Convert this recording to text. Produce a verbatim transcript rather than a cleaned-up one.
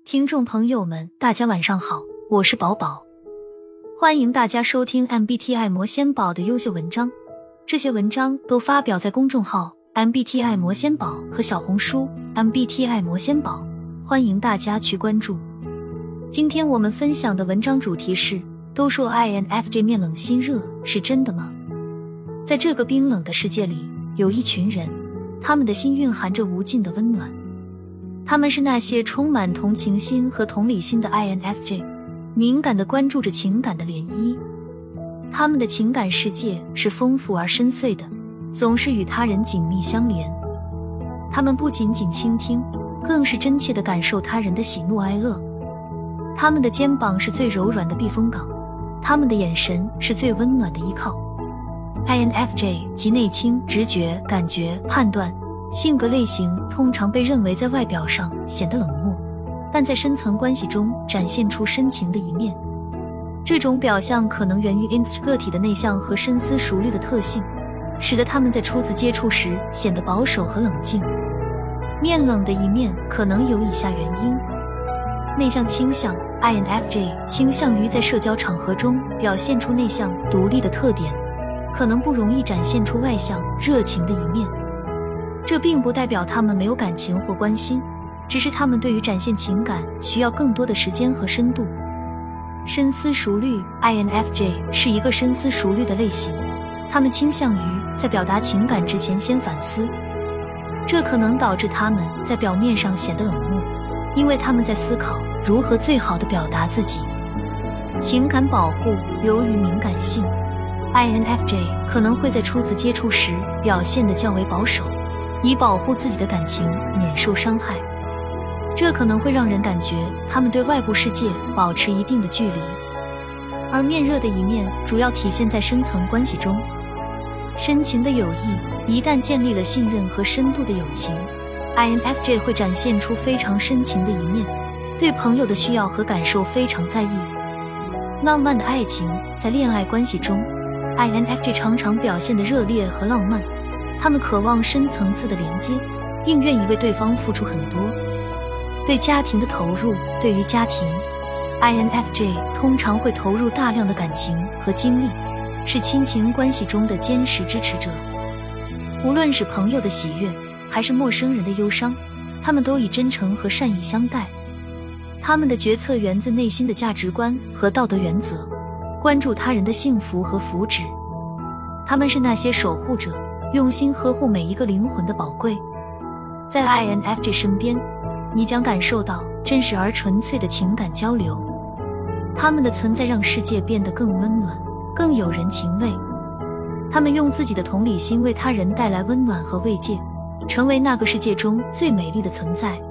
听众朋友们，大家晚上好，我是宝宝，欢迎大家收听 M B T I 魔仙堡的优秀文章。这些文章都发表在公众号 M B T I 魔仙堡和小红书 M B T I 魔仙堡，欢迎大家去关注。今天我们分享的文章主题是：都说 I N F J 面冷心热，是真的吗？在这个冰冷的世界里，有一群人，他们的心蕴含着无尽的温暖。他们是那些充满同情心和同理心的 I N F J， 敏感地关注着情感的涟漪。他们的情感世界是丰富而深邃的，总是与他人紧密相连。他们不仅仅倾听，更是真切地感受他人的喜怒哀乐。他们的肩膀是最柔软的避风港，他们的眼神是最温暖的依靠。I N F J 及内倾、直觉、感觉、判断性格类型通常被认为在外表上显得冷漠，但在深层关系中展现出深情的一面。这种表象可能源于 I N F J 个体的内向和深思熟虑的特性，使得他们在初次接触时显得保守和冷静。面冷的一面可能有以下原因：内向倾向 I N F J 倾向于在社交场合中表现出内向、独立的特点，可能不容易展现出外向、热情的一面。这并不代表他们没有感情或关心，只是他们对于展现情感需要更多的时间和深度。深思熟虑 I N F J 是一个深思熟虑的类型，他们倾向于在表达情感之前先反思，这可能导致他们在表面上显得冷漠，因为他们在思考如何最好地表达自己。情感保护由于敏感性 I N F J 可能会在初次接触时表现得较为保守，以保护自己的感情免受伤害。这可能会让人感觉他们对外部世界保持一定的距离。而面热的一面主要体现在深层关系中。深情的友谊一旦建立了信任和深度的友情， I N F J 会展现出非常深情的一面，对朋友的需要和感受非常在意。浪漫的爱情在恋爱关系中， I N F J 常常表现得热烈和浪漫，他们渴望深层次的连接，并愿意为对方付出很多。对家庭的投入，对于家庭 I N F J 通常会投入大量的感情和精力，是亲情关系中的坚实支持者。无论是朋友的喜悦，还是陌生人的忧伤，他们都以真诚和善意相待。他们的决策源自内心的价值观和道德原则，关注他人的幸福和福祉。他们是那些守护者，用心呵护每一个灵魂的宝贵。在 I N F J 身边，你将感受到真实而纯粹的情感交流。他们的存在让世界变得更温暖，更有人情味。他们用自己的同理心为他人带来温暖和慰藉，成为那个世界中最美丽的存在。